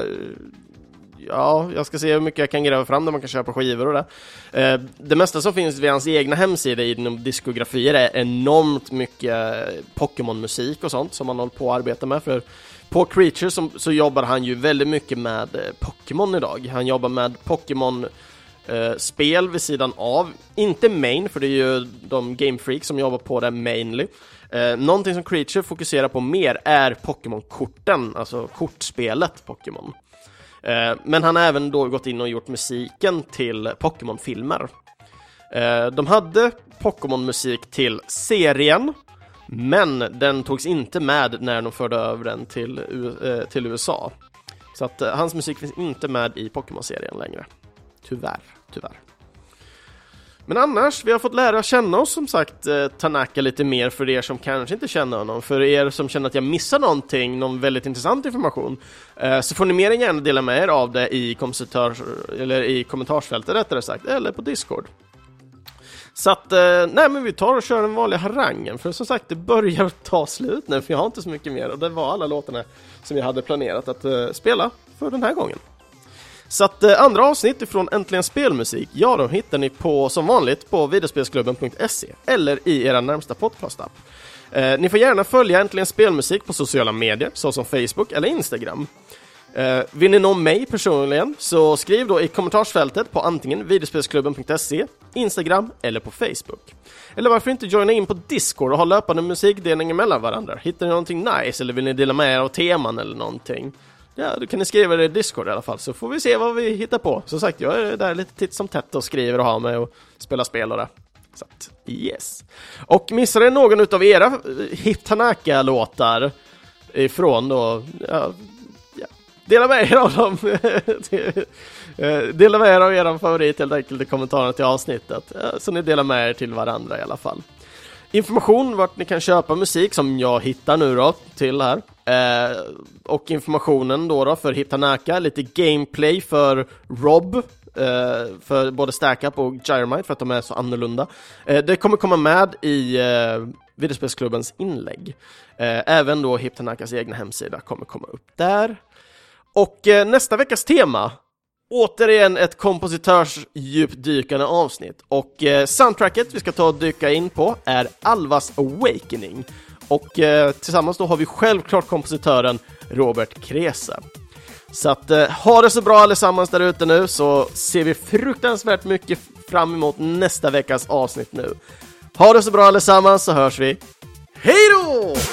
ja, jag ska se hur mycket jag kan gräva fram där man kan köpa skivor och det. Eh, det mesta som finns vid hans egna hemsida inom diskografier är enormt mycket Pokémon-musik och sånt som han håller på att arbeta med. För på Creature som, så jobbar han ju väldigt mycket med eh, Pokémon idag. Han jobbar med Pokémon Uh, spel vid sidan av, inte main, för det är ju de Game Freak som jobbar på det mainly. Uh, någonting som Creature fokuserar på mer är Pokémon-korten, alltså kortspelet Pokémon. Uh, men han har även då gått in och gjort musiken till Pokémon-filmer. Uh, de hade Pokémon-musik till serien, men den togs inte med när de förde över den till, uh, till U S A. Så att uh, hans musik finns inte med i Pokémon-serien längre. Tyvärr, tyvärr. Men annars, vi har fått lära känna oss som sagt eh, Tanaka lite mer, för er som kanske inte känner honom. För er som känner att jag missar någonting, någon väldigt intressant information, eh, så får ni mer än gärna dela med er av det i, eller i kommentarsfältet rättare sagt, eller på Discord. Så att, eh, nej men vi tar och kör den vanliga harangen. För som sagt, det börjar ta slut nu, för jag har inte så mycket mer. Och det var alla låtarna som jag hade planerat att eh, spela för den här gången. Så att eh, andra avsnitt ifrån Äntligen Spelmusik, ja då hittar ni på som vanligt på videospelsklubben punkt se eller i era närmsta podcastapp. Eh, ni får gärna följa Äntligen Spelmusik på sociala medier såsom Facebook eller Instagram. Eh, vill ni nå mig personligen så skriv då i kommentarsfältet på antingen videospelsklubben punkt se, Instagram eller på Facebook. Eller varför inte joina in på Discord och ha löpande musikdelning mellan varandra. Hittar ni någonting nice eller vill ni dela med er av teman eller någonting? Ja, då kan ni skriva det i Discord i alla fall, så får vi se vad vi hittar på. Som sagt, jag är där lite titt som tätt och skriver och har med och spelar spel och det. Så att, yes. Och missade någon utav era Hip Tanaka-låtar ifrån då, ja, ja. Dela med er av dem. Dela med er av er favorit helt enkelt i kommentarerna till avsnittet. Så ni delar med er till varandra i alla fall. Information vart ni kan köpa musik som jag hittar nu då till här. Eh, och informationen då, då för Hip Tanaka, lite gameplay för Rob, eh, för både Stack Up och Gyromite för att de är så annorlunda. Eh, det kommer komma med i eh, Videospelsklubbens inlägg. Eh, även då Hip Tanakas egna hemsida kommer komma upp där. Och eh, nästa veckas tema, återigen ett kompositörsdjupdykande avsnitt. Och eh, soundtracket vi ska ta och dyka in på är Alvas Awakening. Och eh, tillsammans då har vi självklart kompositören Robert Krese. Så att eh, ha det så bra allesammans där ute nu, så ser vi fruktansvärt mycket fram emot nästa veckas avsnitt nu. Ha det så bra allesammans, så hörs vi. Hej då!